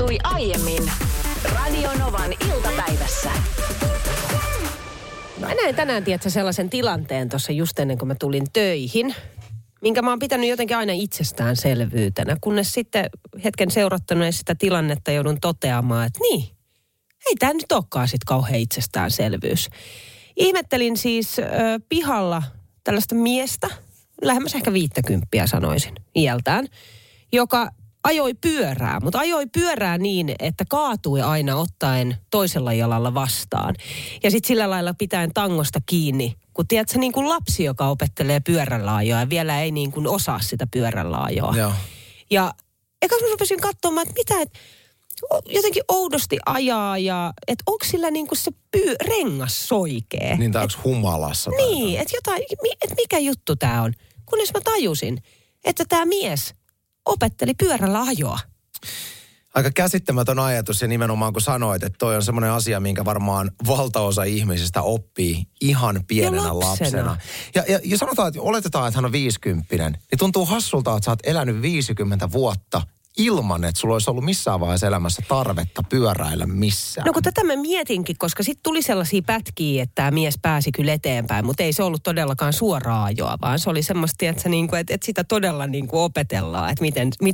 tapahtui aiemmin Radio Novan iltapäivässä. Mä näin tänään, tiedätkö, sellaisen tilanteen tuossa just ennen kuin mä tulin töihin, minkä mä oon pitänyt jotenkin aina itsestäänselvyytenä, kunnes sitten hetken seurattuna sitä tilannetta joudun toteamaan, että niin, ei tää nyt olekaan sit kauhean itsestäänselvyys. Ihmettelin siis pihalla tällaista miestä, lähemmäs ehkä 50 sanoisin iältään, joka ajoi pyörää, mutta ajoi pyörää niin, että kaatui aina ottaen toisella jalalla vastaan. Ja sitten sillä lailla pitäen tangosta kiinni, kun tiedätkö, niin kuin lapsi, joka opettelee pyörällä ajoa ja vielä ei niin kuin osaa sitä pyörällä ajoa. Joo. Ja eikä mä rupesin katsomaan, että mitä, että jotenkin oudosti ajaa ja että onko sillä niin kuin se rengas soikee. Niin, tai onko humalassa? Niin, että jotain, että mikä juttu tää on. Kunnes mä tajusin, että tämä mies opetteli pyörällä ajoa. Aika käsittämätön ajatus ja nimenomaan kun sanoit, että toi on semmoinen asia, minkä varmaan valtaosa ihmisistä oppii ihan pienenä lapsena. Ja sanotaan, että oletetaan, että hän on 50, niin tuntuu hassulta, että sä oot elänyt 50 vuotta ilman, että sulla olisi ollut missään vaiheessa elämässä tarvetta pyöräillä missään. No kun tätä mä mietinkin, koska sitten tuli sellaisia pätkiä, että tämä mies pääsi kyllä eteenpäin, mutta ei se ollut todellakaan suoraa ajoa, vaan se oli semmoista, että sitä todella niin kuin opetellaan, että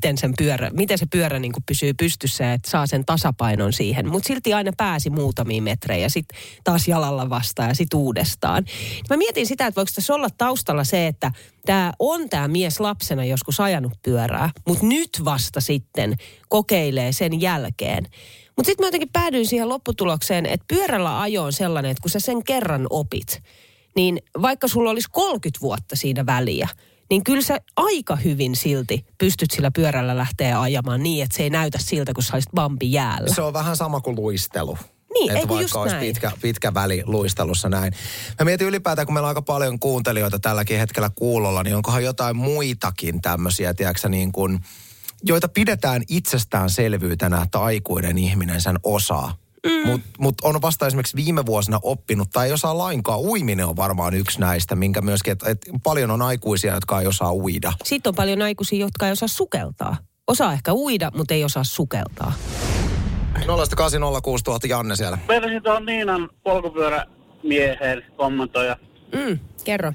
miten se pyörä niin kuin pysyy pystyssä ja että saa sen tasapainon siihen. Mutta silti aina pääsi muutamia metrejä, sitten taas jalalla vastaan ja sitten uudestaan. Mä mietin sitä, että voiko tässä olla taustalla se, että tämä mies lapsena joskus ajanut pyörää, mutta nyt vasta sitten kokeilee sen jälkeen. Mutta sitten mä jotenkin päädyin siihen lopputulokseen, että pyörällä ajo on sellainen, että kun sä sen kerran opit, niin vaikka sulla olisi 30 vuotta siinä väliä, niin kyllä sä aika hyvin silti pystyt sillä pyörällä lähteä ajamaan niin, että se ei näytä siltä, kun sä olisit bambi jäällä. Se on vähän sama kuin luistelu. Niin, että vaikka olisi pitkä väli luistelussa näin. Mä mietin ylipäätään, kun meillä on aika paljon kuuntelijoita tälläkin hetkellä kuulolla, niin onkohan jotain muitakin tämmöisiä, tiedätkö, niin kuin, joita pidetään itsestäänselvyytenä, että aikuinen ihminen sen osaa. Mut on vasta esimerkiksi viime vuosina oppinut, tai ei osaa lainkaan. Uiminen on varmaan yksi näistä, minkä myöskin, että paljon on aikuisia, jotka ei osaa uida. Sitten on paljon aikuisia, jotka ei osaa sukeltaa. Osaa ehkä uida, mutta ei osaa sukeltaa. 0806000 Janne siellä. Perasin tuohon Niinan polkupyörämieheen kommentoja. Kerro.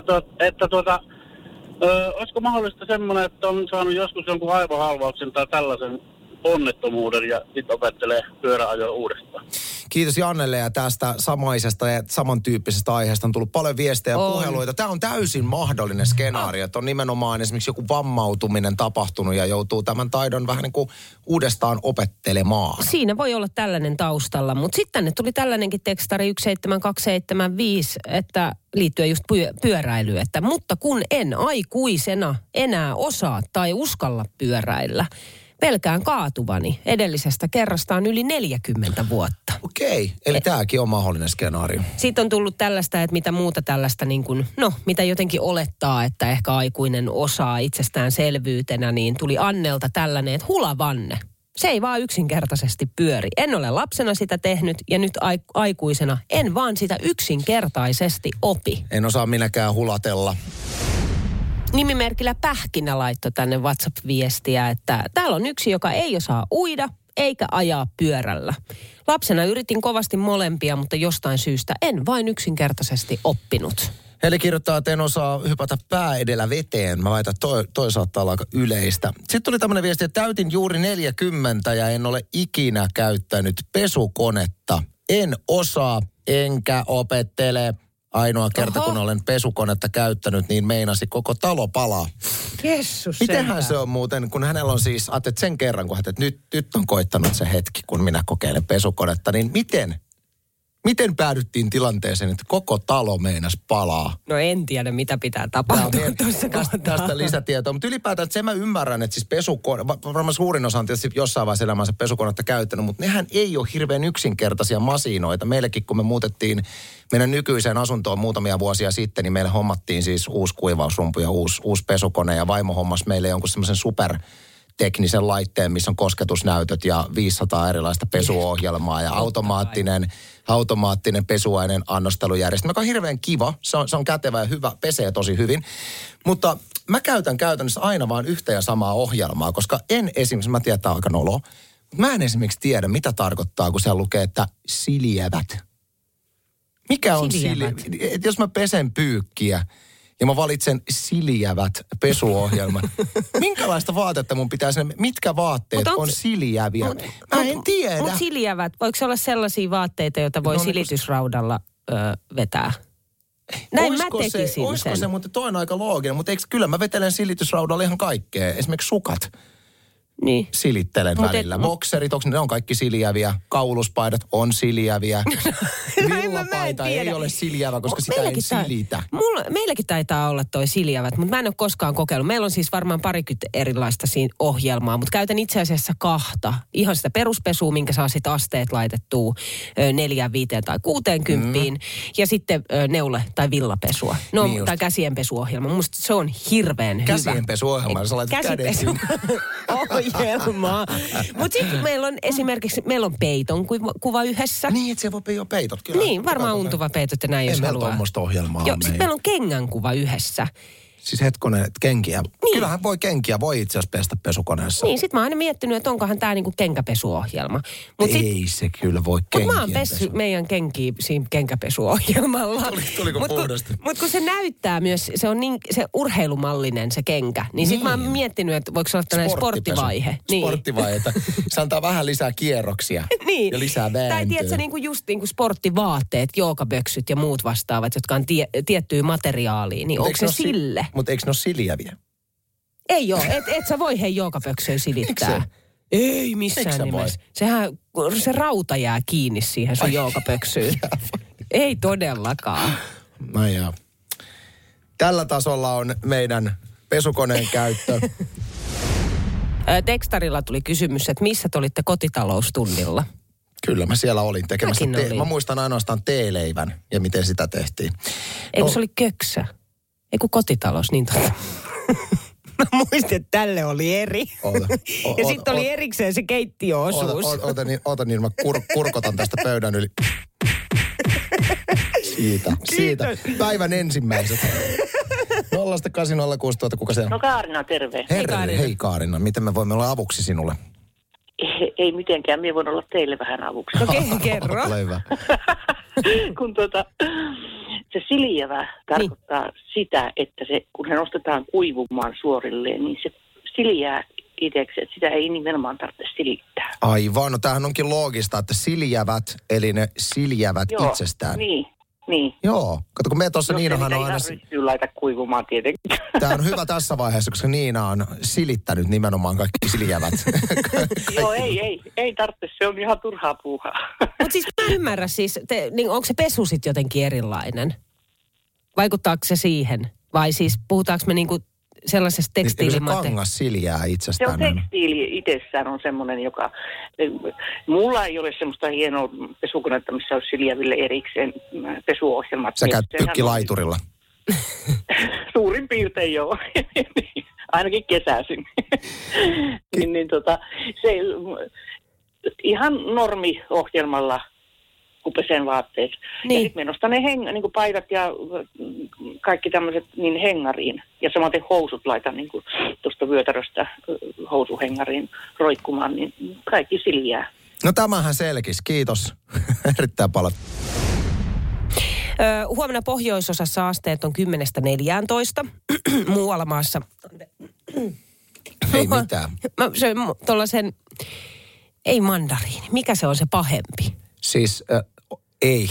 Olisiko mahdollista semmoinen, että on saanut joskus jonkun aivohalvauksen tai tällaisen onnettomuuden ja sitten opettelee pyöräajoa uudestaan. Kiitos Jannelle ja tästä samaisesta ja samantyyppisestä aiheesta on tullut paljon viestejä ja puheluita. Tämä on täysin mahdollinen skenaario, että on nimenomaan esimerkiksi joku vammautuminen tapahtunut ja joutuu tämän taidon vähän niin kuin uudestaan opettelemaan. Siinä voi olla tällainen taustalla, mutta sitten tänne tuli tällainenkin tekstari 17275, että liittyen just pyöräilyyn, että mutta kun en aikuisena enää osaa tai uskalla pyöräillä, pelkään kaatuvani edellisestä kerrastaan yli 40 vuotta. Okei, eli tämäkin on mahdollinen skenaario. Sitten on tullut tällaista, että mitä muuta tällaista, niin kuin, mitä jotenkin olettaa, että ehkä aikuinen osaa itsestäänselvyytenä, niin tuli Annelta tällainen, että hulavanne. Se ei vaan yksinkertaisesti pyöri. En ole lapsena sitä tehnyt ja nyt aikuisena en vaan sitä yksinkertaisesti opi. En osaa minäkään hulatella. Nimimerkillä Pähkinä laittoi tänne WhatsApp-viestiä, että täällä on yksi, joka ei osaa uida eikä ajaa pyörällä. Lapsena yritin kovasti molempia, mutta jostain syystä en vain yksinkertaisesti oppinut. Eli kirjoittaa, että en osaa hypätä pää edellä veteen. Mä väitän, että toi saattaa olla aika yleistä. Sitten tuli tämmöinen viesti, että täytin juuri 40 ja en ole ikinä käyttänyt pesukonetta. En osaa enkä opettele. Ainoa kerta, kun olen pesukonetta käyttänyt, niin meinasi koko talo palaa. Jessus. Mitenhän se on muuten, kun hänellä on siis, että sen kerran, kun hän, että nyt on koittanut se hetki, kun minä kokeilen pesukonetta, niin miten päädyttiin tilanteeseen, että koko talo meinasi palaa? No en tiedä, mitä pitää tapahtua tuossa kohtaa. Tästä lisätietoa, mutta ylipäätään, että sen mä ymmärrän, että siis pesukone, varmaan suurin osa on tietysti jossain vaiheessa elämänsä pesukonetta käyttänyt, mutta nehän ei ole hirveän yksinkertaisia masinoita. Meillekin, kun me muutettiin meidän nykyiseen asuntoon muutamia vuosia sitten, niin meille hommattiin siis uusi kuivausrumpu ja uusi pesukone ja vaimo hommasi meille jonkun semmoisen superteknisen laitteen, missä on kosketusnäytöt ja 500 erilaista pesuohjelmaa ja automaattinen pesuaineen annostelujärjestelmä, joka on hirveän kiva. Se on kätevä ja hyvä, pesee tosi hyvin. Mutta mä käytän käytännössä aina vaan yhtä ja samaa ohjelmaa, koska en esimerkiksi, mä tiedän, että tämä on aika nolo, Mä en esimerkiksi tiedä, mitä tarkoittaa, kun siellä lukee, että siljävät. Mikä on siljävät? Jos mä pesen pyykkiä ja mä valitsen siljävät pesuohjelman, minkälaista vaatetta mun pitää sen, mitkä vaatteet on siljäviä? Mä en tiedä. Mutta siljävät, voiko se olla sellaisia vaatteita, joita voi silitysraudalla vetää? Näin mä tekisin olisiko se, mutta toi on aika looginen. Mutta kyllä mä vetelen silitysraudalla ihan kaikkea. Esimerkiksi sukat. Niin. Silittelen välillä. Bokserit, ne on kaikki siljäviä. Kauluspaidat on siljäviä. Villapaita ei ole siljävä, koska sitä ei silitä. Meilläkin taitaa olla toi siljävät, mutta mä en ole koskaan kokeillut. Meillä on siis varmaan 20 erilaista siinä ohjelmaa, mutta käytän itse asiassa 2. Ihan sitä peruspesua, minkä saa sitten asteet laitettua 4, 5 tai 60. Ja sitten neule- tai villapesua. No, niin tai käsienpesuohjelma. Musta se on hirveän hyvä. Käsienpesuohjelma, sä laitat käden sinne. Ohjelmaa. Mutta sitten meillä on esimerkiksi, peiton kuva yhdessä. Niin, että se voi jo peitot, kyllä. Niin, varmaan untuva peitot ja näin, jos haluaa. Ei meillä tommoista ohjelmaa. Joo, sitten meillä on kengän kuva yhdessä. Siis hetkonen, että kenkiä. Niin. Kyllähän kenkiä voi itse asiassa pestä pesukoneessa. Niin, sit mä oon aina miettinyt, että onkohan tää niinku kenkäpesuohjelma. Ei se kyllä voi kenkien mä oon pessy meidän kenkiä siinä kenkäpesuohjelmalla. Tuliko puhdasta? Mutta kun se näyttää myös, se on niin, se urheilumallinen se kenkä. Niin sit mä oon miettinyt, että voiko se olla tällainen sporttivaihe. Niin. Sporttivaihe, että se antaa vähän lisää kierroksia. Niin. Ja lisää vääntöä. Tai tiedätkö, niinku just niinku sporttivaatteet, joogaböksyt ja muut vastaavat, jotka on tiettyä materiaalia. Niin onko se sille? Mutta eikö ne ole siljäviä? Ei ole. Et sä voi joogapöksyä silittää. Ei missään nimessä. Se rauta jää kiinni siihen sun joogapöksyyn. Ei todellakaan. No joo. Tällä tasolla on meidän pesukoneen käyttö. Tekstarilla tuli kysymys, että missä te olitte kotitaloustunnilla? Kyllä, mä siellä olin tekemässä. Mä muistan ainoastaan teeleivän ja miten sitä tehtiin. Eikö se oli köksä? Eiku kotitalous, niin totta. Mä muistin, että tälle oli eri. Ja sitten oli erikseen se keittiöosuus. Ota niin, mä kurkotan tästä pöydän yli. Siitä. Päivän ensimmäiset. 0806000, kuka se on? No Kaarina, terve. Hei Kaarina, miten me voimme olla avuksi sinulle? Ei mitenkään, minä voin olla teille vähän avuksi. Okei, kerro. Ole hyvä. Kun se siljävä tarkoittaa sitä, että se, kun se nostetaan kuivumaan suorilleen, niin se siljää itseksi, että sitä ei nimenomaan tarvitse silittää. Aivan, no tämähän onkin loogista, että siljävät, eli ne siljävät itsestään. Niin. Joo, kato kun me tuossa Niinahan on aina... Ryhtyy laita kuivumaan tietenkin. Tämä on hyvä tässä vaiheessa, koska Niina on silittänyt nimenomaan kaikki siljävät. Joo, ei tarvitse, se on ihan turhaa puuhaa. Mutta siis mä ymmärrän siis, niin onko se pesu sitten jotenkin erilainen? Vaikuttaako se siihen? Vai siis puhutaanko me niinku sellaisesta tekstiilimateriaalista? Se kangas siljää itsestään. Se on tekstiili itsessään on semmoinen, joka... Mulla ei ole semmoista hienoa pesukonetta, missä olisi siljäville erikseen pesuohjelmat. Sä käyt pykkilaiturilla. Suurin piirtein joo. Ainakin kesäisin. Se ihan normiohjelmalla kun pesen vaatteet. Niin. Ja sitten me nostan ne niin paidat ja kaikki tämmöiset niin hengariin. Ja samaten housut laitan niin tuosta vyötäröstä housuhengariin roikkumaan, niin kaikki siljää. No tämähän selkisi. Kiitos. Erittäin paljon. Huomenna pohjoisosassa asteet on 10–14. Muualla maassa... Ei mitään. Mä söin tuollaisen... Ei mandariini. Mikä se on se pahempi? Siis ei.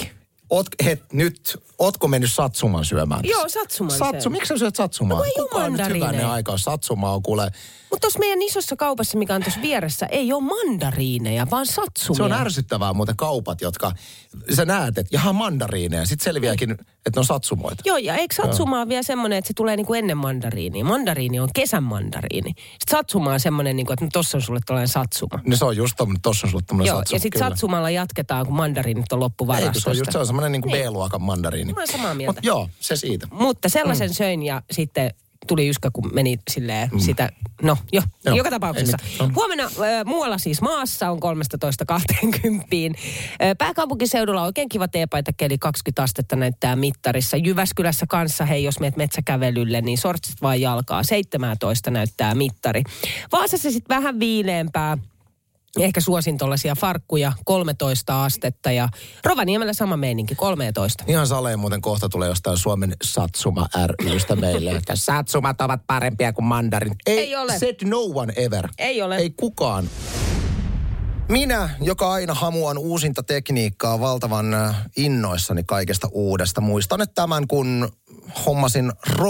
Ootko mennyt satsuman syömään? Joo, satsuman Miksi sä syöt satsumaa? No ei kuka on nyt hyvänen aika, satsumaa on kuule. Mutta tuossa meidän isossa kaupassa, mikä on tuossa vieressä, ei ole mandariineja, vaan satsumia. Se on ärsyttävää muuten kaupat, jotka, sä näet, että jaha mandariineja. Sitten selviääkin, että ne on satsumoita. Joo, ja eikö satsuma ole vielä semmoinen, että se tulee niinku ennen mandariinia? Mandariini on kesän mandariini. Sitten satsuma on semmoinen, niinku, että tossa on sulle tällainen satsuma. No se on just tommoinen, tossa on sulle tämmöinen satsuma. Joo, ja sitten satsumalla jatketaan, kun mandariinit on loppuvarastosta. Ei, se on semmoinen niinku B-luokan mandariini. Mä oon samaa mieltä. Joo, se siitä. Mutta sellaisen söin ja sitten tuli yskä, kun meni silleen sitä, joka tapauksessa. Huomenna muualla siis maassa on 13–20. Pääkaupunkiseudulla on oikein kiva teepaitakeli, 20 astetta näyttää mittarissa. Jyväskylässä kanssa, hei jos meet metsäkävelylle, niin sortsit vaan jalkaa. 17 näyttää mittari. Vaasassa sitten vähän viileämpää. Ehkä suosin tollaisia farkkuja, 13 astetta ja Rovaniemellä sama meininki, 13. Ihan saleen muuten kohta tulee jostain Suomen Satsuma ry:stä meille, että Satsumat ovat parempia kuin mandarin. Ei ole. Said no one ever. Ei ole. Ei kukaan. Minä, joka aina hamuan uusinta tekniikkaa, valtavan innoissani kaikesta uudesta. Muistan, että tämän kun hommasin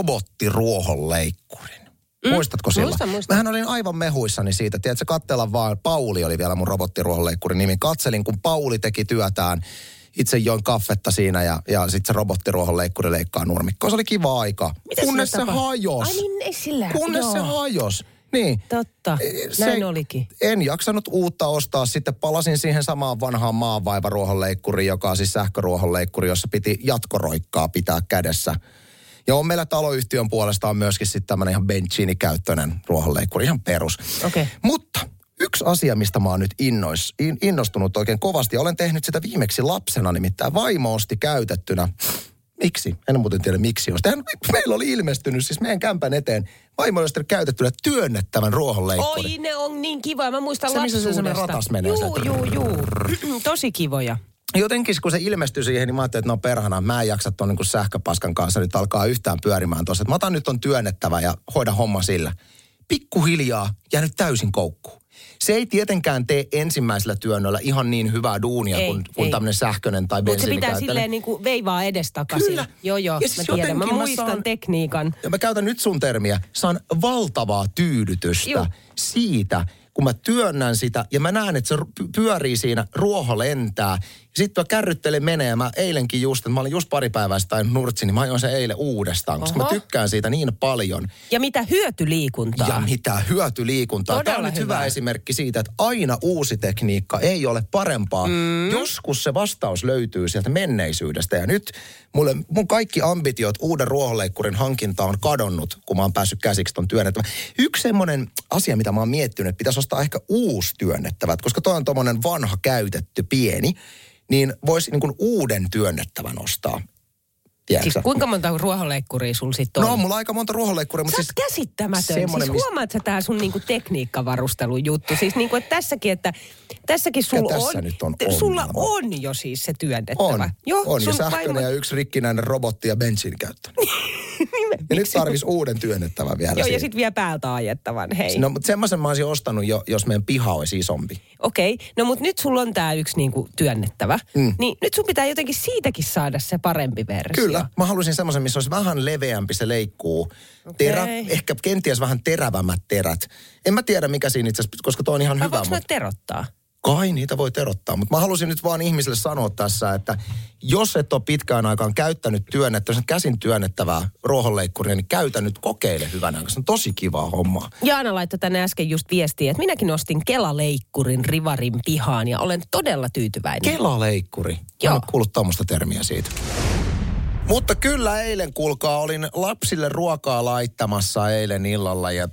robottiruohonleikkurin. Muistatko silloin? Muistan. Mähän olin aivan mehuissani siitä. Tiedätkö, katsella vaan, Pauli oli vielä mun robottiruohonleikkurin nimi. Katselin, kun Pauli teki työtään. Itse join kaffetta siinä ja sitten se robottiruohonleikkuri leikkaa nurmikkoa. Se oli kiva aika. Kunnes se hajosi. Ai niin, ei sillä. Kunnes se hajosi. Niin. Totta, näin olikin. En jaksanut uutta ostaa. Sitten palasin siihen samaan vanhaan maanvaivaruohonleikkuriin, joka on siis sähköruohonleikkuri, jossa piti jatkoroikkaa pitää kädessä. Ja on meillä taloyhtiön puolestaan myöskin sitten tämmöinen ihan benchini-käyttöinen ruohonleikkuri, ihan perus. Okay. Mutta yksi asia, mistä mä oon nyt innostunut oikein kovasti, ja olen tehnyt sitä viimeksi lapsena, nimittäin vaimo osti käytettynä. Miksi? En muuten tiedä miksi. Meillä oli ilmestynyt siis meidän kämpän eteen vaimo oli käytettynä työnnettävän ruohonleikkuri. Oi, ne on niin kivoja. Mä muistan lapsuudesta. Se missä se ratas menee. Juu. Tosi kivoja. Jotenkin kun se ilmestyi siihen, niin mä ajattelin, että no perhana, mä en jaksa ton niin sähköpaskan kanssa nyt alkaa yhtään pyörimään tuossa. Mä otan nyt ton työnnettävä ja hoida homma sillä. Pikkuhiljaa jäänyt täysin koukkuun. Se ei tietenkään tee ensimmäisellä työnnöllä ihan niin hyvää duunia kuin tämmöinen sähköinen tai bensiinikäyttöinen. Mutta se pitää silleen niin kuin veivaa edestakaisin. Kyllä. Joo, Ja mä siis tiedän. Mä muistan tekniikan. Ja mä käytän nyt sun termiä. Saan valtavaa tyydytystä siitä, kun mä työnnän sitä ja mä näen, että se pyörii siinä, ruoho lentää. Sitten mä kärryttelen menee ja mä eilenkin just, että mä olin just pari päivää sitten nurtsin, niin mä ajoin sen eilen uudestaan, koska mä tykkään siitä niin paljon. Ja mitä hyötyliikuntaa. Todella tämä on nyt hyvä esimerkki siitä, että aina uusi tekniikka ei ole parempaa. Joskus se vastaus löytyy sieltä menneisyydestä ja nyt mun kaikki ambitiot uuden ruohonleikkurin hankinta on kadonnut, kun mä oon päässyt käsiksi ton työnnettävän. Yksi semmoinen asia, mitä mä oon miettinyt, että pitäisi ostaa ehkä uusi työnnettävä, koska toi on tommonen vanha käytetty pieni, niin voisi niin kuin uuden työnnettävän ostaa. Tiedätkö? Siis kuinka monta ruohonleikkuria sulla sitten on? No, mulla on aika monta ruohonleikkuria. Sä oot käsittämätön. Siis huomaat sä tää sun niinku tekniikkavarustelujuttu. Siis niinku, että tässäkin sulla on jo siis se työnnettävä. On ja sähköinen ja yksi rikkinäinen robotti ja bensiinikäyttöinen. Ja nyt tarvis uuden työnnettävän vielä. Joo, ja sitten vielä päältä ajettavan, hei. No, mutta semmoisen mä olisin ostanut jo, jos meidän piha olisi isompi. Okei, no mutta nyt sulla on tää yksi niinku työnnettävä. Niin nyt sun pitää jotenkin siitäkin saada se parempi versio. Kyllä, mä haluaisin semmoisen, missä olisi vähän leveämpi se leikkuu. Ehkä kenties vähän terävämmät terät. En mä tiedä mikä siinä itse asiassa, koska toi on ihan hyvä. Voiko mä terottaa? Kai niitä voi terottaa, mutta mä halusin nyt vaan ihmisille sanoa tässä, että jos et ole pitkään aikaan käyttänyt käsin työnnettävää ruohonleikkuria, niin käytä nyt, kokeile hyvänä, koska se on tosi kivaa hommaa. Jaana laittoi tänne äsken just viestiä, että minäkin ostin Kela-leikkurin Rivarin pihaan ja olen todella tyytyväinen. Kela-leikkuri? Joo. Mä en kuullut tommoista termiä siitä. Mutta kyllä eilen, kuulkaa, olin lapsille ruokaa laittamassa eilen illalla ja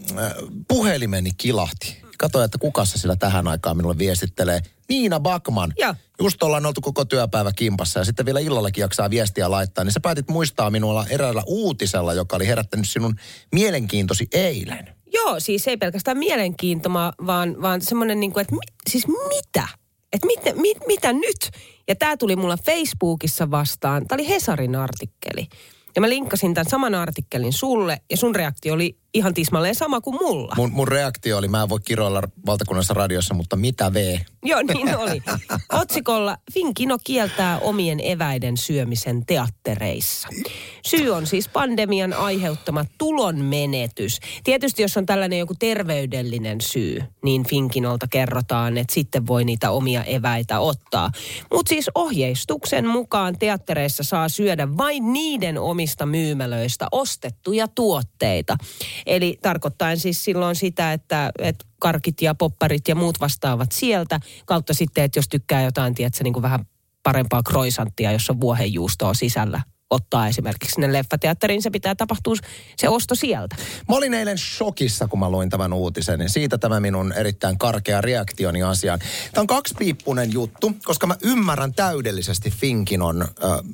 puhelimeni kilahti. Katoin, että kukassa sillä tähän aikaan minulle viestittelee. Niina Backman. Joo. Just ollaan oltu koko työpäivä kimpassa ja sitten vielä illallakin jaksaa viestiä laittaa. Niin sä päätit muistaa minulla eräällä uutisella, joka oli herättänyt sinun mielenkiintosi eilen. Joo, siis ei pelkästään mielenkiintoma, vaan semmoinen niin kuin, että siis mitä? Että mitä nyt? Ja tämä tuli mulla Facebookissa vastaan. Tämä oli Hesarin artikkeli. Ja mä linkkasin tämän saman artikkelin sulle ja sun reaktio oli ihan tismalleen sama kuin mulla. Mun reaktio oli, mä en voi kiroilla valtakunnassa radiossa, mutta mitä Joo, niin oli. Otsikolla Finkino kieltää omien eväiden syömisen teattereissa. Syy on siis pandemian aiheuttama tulonmenetys. Tietysti jos on tällainen joku terveydellinen syy, niin Finkinolta kerrotaan, että sitten voi niitä omia eväitä ottaa. Mutta siis ohjeistuksen mukaan teattereissa saa syödä vain niiden omista myymälöistä ostettuja tuotteita. Eli tarkoittaen siis silloin sitä, että karkit ja popparit ja muut vastaavat sieltä, kautta sitten, että jos tykkää jotain, tiedätkö, niin kuin vähän parempaa croissanttia, jossa on vuohenjuustoa sisällä, ottaa esimerkiksi sinne leffateatteriin, se pitää tapahtua se osto sieltä. Mä olin eilen shokissa, kun mä luin tämän uutisen, niin siitä tämä minun erittäin karkea reaktioni asiaan. Tämä on kaksipiippunen juttu, koska mä ymmärrän täydellisesti Finkinon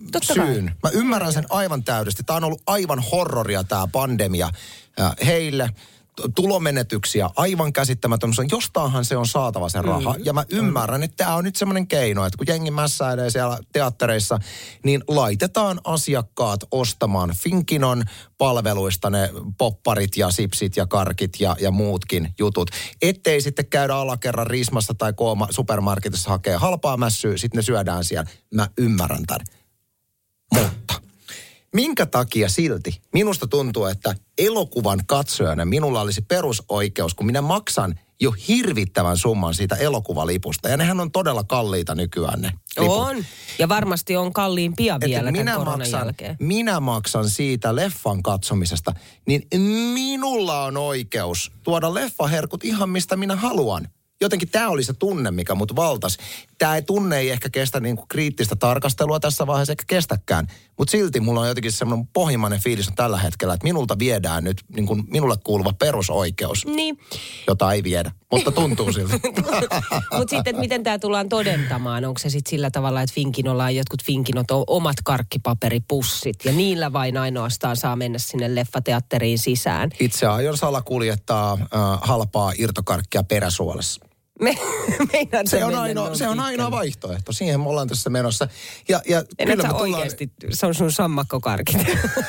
syyn. Mä ymmärrän sen aivan täydellisesti. Tämä on ollut aivan horroria tämä pandemia heille. tulomenetyksiä, aivan käsittämätön. Jostainhan se on saatava se raha. Ja mä ymmärrän, että tämä on nyt semmoinen keino, että kun jengi mässäilee siellä teattereissa, niin laitetaan asiakkaat ostamaan Finkinon palveluista ne popparit ja sipsit ja karkit ja muutkin jutut. Ettei sitten käydä alakerran Rismassa tai supermarketissa hakee halpaa mässyä, sitten ne syödään siellä. Mä ymmärrän tämän. Mutta minkä takia silti minusta tuntuu, että elokuvan katsojana minulla olisi perusoikeus, kun minä maksan jo hirvittävän summan siitä elokuvalipusta. Ja nehän on todella kalliita nykyään ne liput. On. Ja varmasti on kalliimpia vielä tämän koronan jälkeen. Minä maksan siitä leffan katsomisesta, niin minulla on oikeus tuoda leffaherkut ihan mistä minä haluan. Jotenkin tämä oli se tunne, mikä mut valtasi. Tämä tunne ei ehkä kestä niinku kriittistä tarkastelua tässä vaiheessa, eikä kestäkään. Mutta silti mulla on jotenkin semmoinen pohjimmainen fiilis tällä hetkellä, että minulta viedään nyt niinku minulle kuuluva perusoikeus, niin. Jota ei viedä. Mutta tuntuu siltä. Mutta sitten, että miten tämä tullaan todentamaan? Onko se sitten sillä tavalla, että Finkinolla on jotkut Finkinot on omat karkkipaperipussit ja niillä vain ainoastaan saa mennä sinne leffateatteriin sisään? Itse aion salakuljettaa halpaa irtokarkkia peräsuolessa. Se on ainoa vaihtoehto. Siihen me ollaan tässä menossa. Ja kyllä me oikeasti, se on sun sammakkokarkit.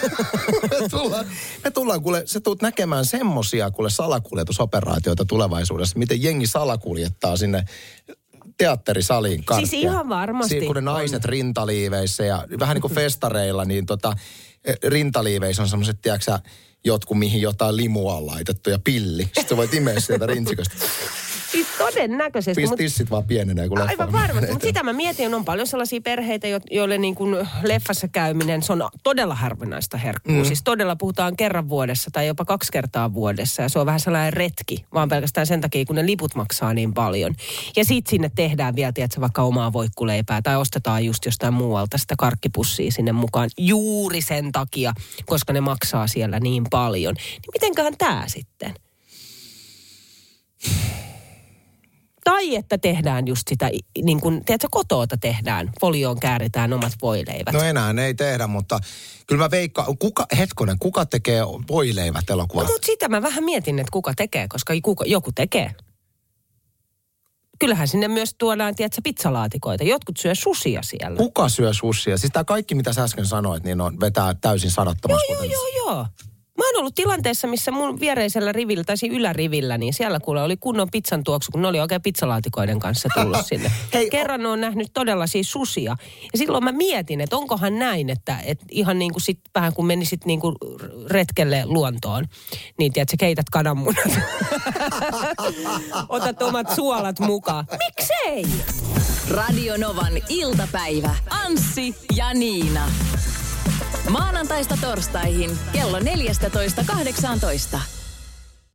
me tullaan kuule, sä tulet näkemään semmosia kuule salakuljetusoperaatioita tulevaisuudessa, miten jengi salakuljettaa sinne teatterisaliin karkkia. Siis ihan varmasti. Siinä kun ne naiset rintaliiveissä ja vähän niin kuin festareilla, niin rintaliiveissä on semmoiset, tiedätkö jotkut, mihin jotain limua on laitettu ja pilli. Sitten sä voit imeä sieltä rintsikosta. Siis todennäköisesti. Tissit vaan pienenee kuin leffa. Aivan varmasti, mutta sitä mä mietin, on paljon sellaisia perheitä, joille niin kuin leffassa käyminen, se on todella harvinaista herkkuu. Siis todella puhutaan kerran vuodessa tai jopa 2 kertaa vuodessa ja se on vähän sellainen retki, vaan pelkästään sen takia, kun ne liput maksaa niin paljon. Ja sit sinne tehdään vielä, tiedätkö, vaikka omaa voikkuleipää tai ostetaan just jostain muualta sitä karkkipussia sinne mukaan juuri sen takia, koska ne maksaa siellä niin paljon. Niin mitenköhän tää sitten? Tai että tehdään just sitä, niin kuin, tiedätkö, kotoota tehdään, folioon kääritään omat voileivät. No enää ei tehdä, mutta kyllä mä veikkaan, kuka tekee voileivät elokuvassa? No mutta sitä mä vähän mietin, että kuka tekee, koska joku tekee. Kyllähän sinne myös tuodaan, tiedätkö, pizzalaatikoita. Jotkut syö susia siellä. Kuka syö susia? Siis tää kaikki, mitä sä äsken sanoit, niin on vetää täysin sanattomasti. Joo. Mä oon ollut tilanteessa, missä mun viereisellä rivillä, tai ylärivillä, niin siellä kuule oli kunnon pizzan tuoksu, kun ne oli oikein pizzalaatikoiden kanssa tullut sinne. Kerran on nähnyt todella siis susia. Ja silloin mä mietin, että onkohan näin, että ihan niin kuin sit vähän kun menisit niin kuin retkelle luontoon, niin tiedät, sä keität kananmunat. Otat omat suolat mukaan. Miksei? Radio Novan iltapäivä. Anssi ja Niina. Maanantaista torstaihin kello 14.18.